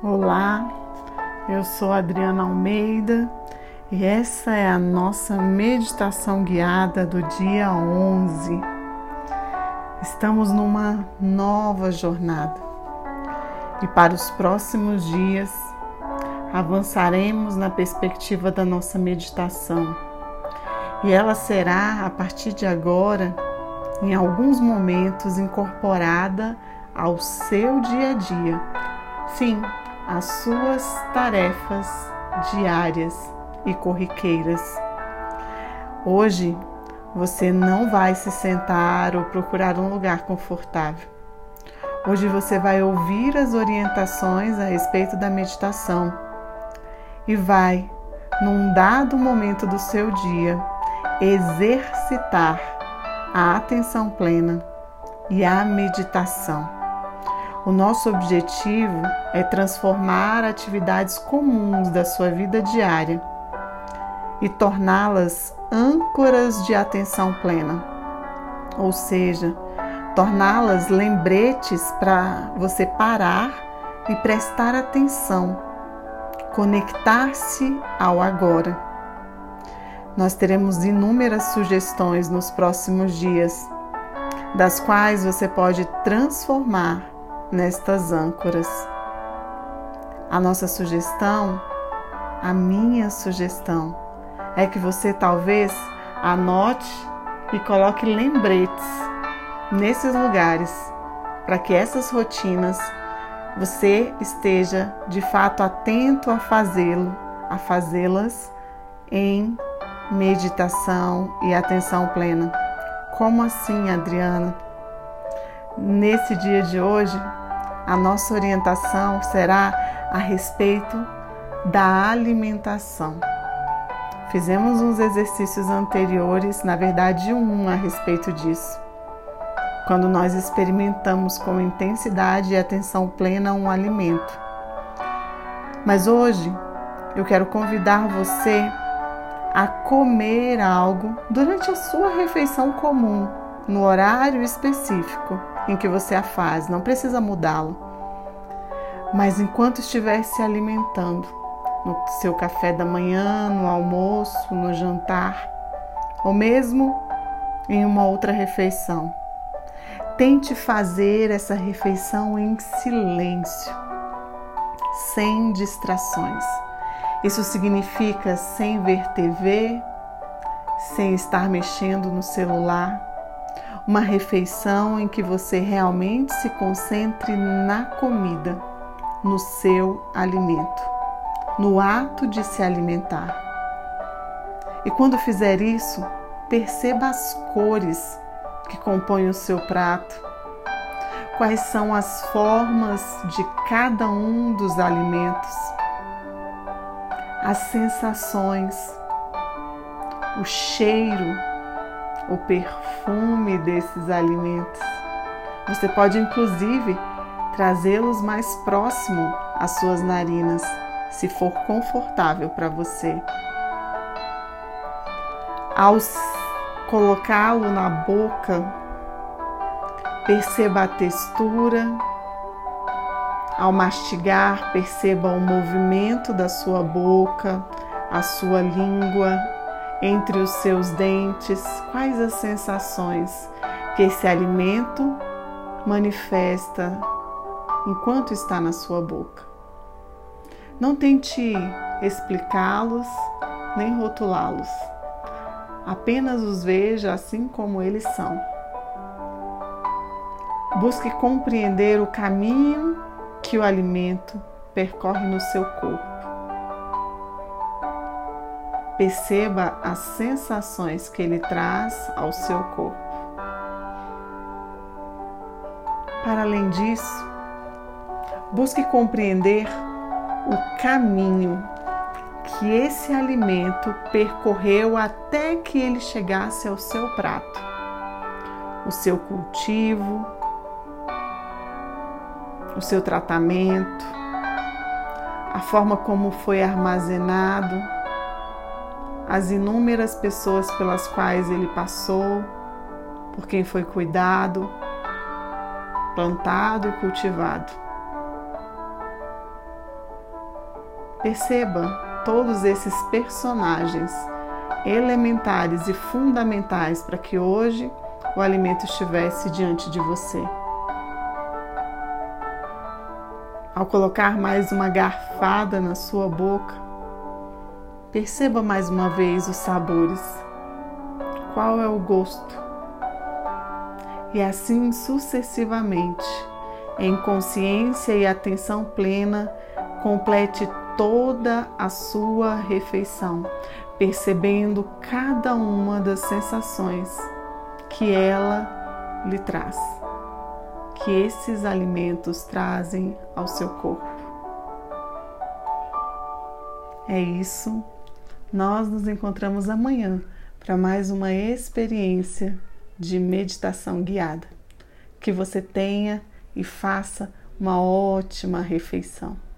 Olá, eu sou Adriana Almeida e essa é a nossa meditação guiada do dia 11. Estamos numa nova jornada e para os próximos dias avançaremos na perspectiva da nossa meditação e ela será, a partir de agora, em alguns momentos incorporada ao seu dia a dia. Sim, as suas tarefas diárias e corriqueiras. Hoje você não vai se sentar ou procurar um lugar confortável. Hoje você vai ouvir as orientações a respeito da meditação e vai, num dado momento do seu dia, exercitar a atenção plena e a meditação. O nosso objetivo é transformar atividades comuns da sua vida diária e torná-las âncoras de atenção plena, ou seja, torná-las lembretes para você parar e prestar atenção, conectar-se ao agora. Nós teremos inúmeras sugestões nos próximos dias, das quais você pode transformar nestas âncoras. A nossa sugestão, a minha sugestão, é que você talvez anote e coloque lembretes nesses lugares, para que essas rotinas você esteja de fato atento a fazê-las em meditação e atenção plena. Como assim, Adriana? Nesse dia de hoje, a nossa orientação será a respeito da alimentação. Fizemos uns exercícios anteriores, na verdade a respeito disso, quando nós experimentamos com intensidade e atenção plena um alimento. Mas hoje eu quero convidar você a comer algo durante a sua refeição comum, no horário específico em que você a faz, não precisa mudá-lo. Mas enquanto estiver se alimentando, no seu café da manhã, no almoço, no jantar, ou mesmo em uma outra refeição, tente fazer essa refeição em silêncio, sem distrações. Isso significa sem ver TV, sem estar mexendo no celular. Uma refeição em que você realmente se concentre na comida, no seu alimento, no ato de se alimentar. E quando fizer isso, perceba as cores que compõem o seu prato, quais são as formas de cada um dos alimentos, as sensações, o cheiro, o perfume desses alimentos. Você pode inclusive trazê-los mais próximo às suas narinas, se for confortável para você. Ao colocá-lo na boca, perceba a textura. Ao mastigar, perceba o movimento da sua boca, a sua língua entre os seus dentes. Quais as sensações que esse alimento manifesta enquanto está na sua boca? Não tente explicá-los nem rotulá-los. Apenas os veja assim como eles são. Busque compreender o caminho que o alimento percorre no seu corpo. Perceba as sensações que ele traz ao seu corpo. Para além disso, busque compreender o caminho que esse alimento percorreu até que ele chegasse ao seu prato. O seu cultivo, o seu tratamento, a forma como foi armazenado, as inúmeras pessoas pelas quais ele passou, por quem foi cuidado, plantado e cultivado. Perceba todos esses personagens elementares e fundamentais para que hoje o alimento estivesse diante de você. Ao colocar mais uma garfada na sua boca, perceba mais uma vez os sabores. Qual é o gosto? E assim sucessivamente, em consciência e atenção plena, complete toda a sua refeição, percebendo cada uma das sensações que ela lhe traz, que esses alimentos trazem ao seu corpo. É isso. Nós nos encontramos amanhã para mais uma experiência de meditação guiada. Que você tenha e faça uma ótima refeição.